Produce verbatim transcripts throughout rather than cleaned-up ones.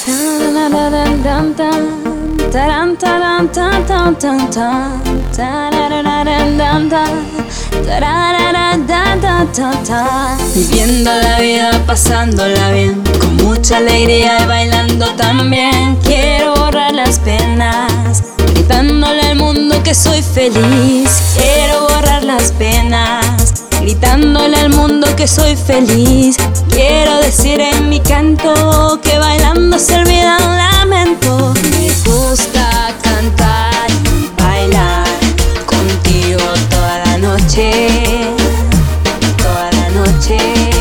Viviendo la vida, pasándola bien, con mucha alegría y bailando también. Quiero borrar las penas, gritándole al mundo que soy feliz. Quiero borrar las penas, gritándole al mundo que soy feliz. Quiero decir en mi canto que bailando se olvida un lamento. Me gusta cantar y bailar contigo toda la noche, toda la noche.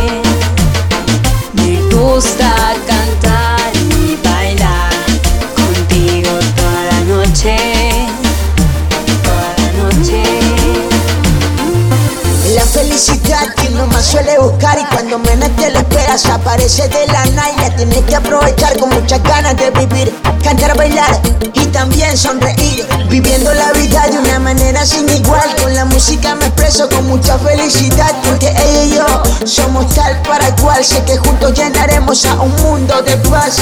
Me gusta cantar y bailar contigo toda la noche, toda la noche. La felicidad que uno más suele buscar, y cuando menos te lo esperas aparece de la nada y la tienes que aprovechar con muchas ganas de vivir, cantar, bailar y también sonreír, viviendo la vida de una manera sin igual. Con la música me expreso con mucha felicidad, porque ella y yo somos tal para cual. Sé que juntos llenaremos a un mundo de paz.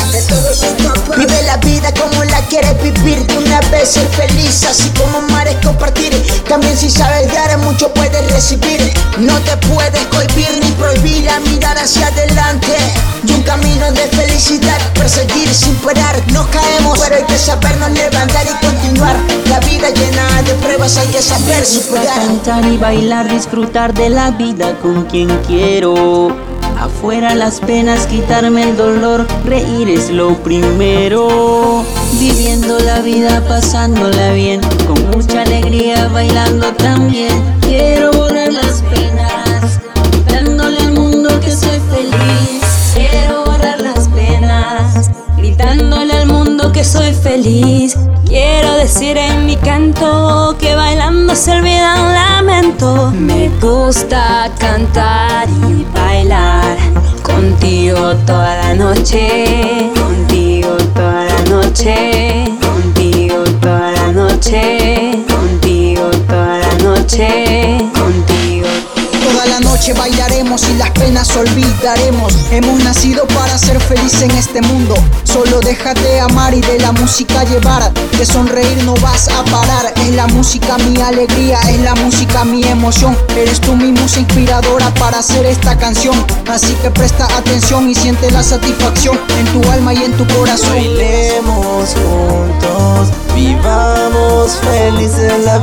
Vive la vida como la quieres vivir, de una vez ser feliz, así como mares compartir. También si sabes dar, mucho puedes recibir. No te puedes cohibir ni prohibir a mirar hacia adelante, y un camino de felicidad perseguir sin parar. Nos caemos, pero hay que sabernos levantar y continuar. La vida llena de pruebas, hay que saber superar. Cantar y bailar, disfrutar de la vida con quien quiero. Afuera las penas, quitarme el dolor, reír es lo primero. Viviendo la vida, pasándola bien, con mucha alegría, bailando también. Quiero borrar las penas, gritándole al mundo que soy feliz. Quiero borrar las penas, gritándole al mundo que soy feliz. Quiero decir en mi canto que bailando se olvida un lamento. Me gusta cantar y bailar contigo toda la noche, contigo toda la noche, contigo toda la noche, contigo toda la noche, contigo. Toda la noche bailaremos y las penas olvidaremos. Hemos nacido para ser felices en este mundo. Solo déjate amar y de la música llevar. De sonreír no vas a parar. Es la música mi alegría, es la música mi emoción. Eres tú mi musa inspiradora para hacer esta canción. Así que presta atención y siente la satisfacción en tu alma y en tu corazón. Bailemos juntos, vivamos felices la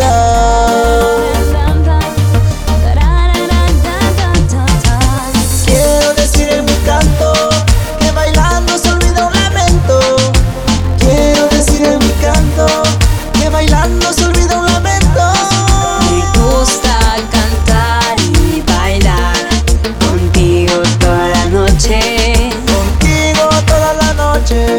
vida. Bailando se olvida un lamento. Me gusta cantar y bailar contigo toda la noche, contigo toda la noche.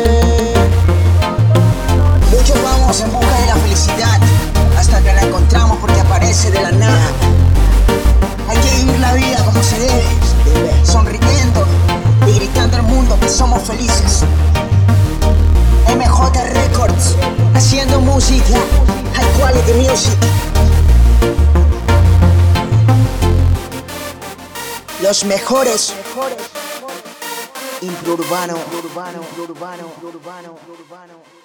Muchos vamos en busca de la felicidad hasta que la encontramos, porque aparece de la nada. Hay que vivir la vida como se debe, sonriendo y gritando al mundo que somos felices. M J Records, haciendo música, high quality music. Los mejores impro urbano, urbano, urbano, urbano, urbano.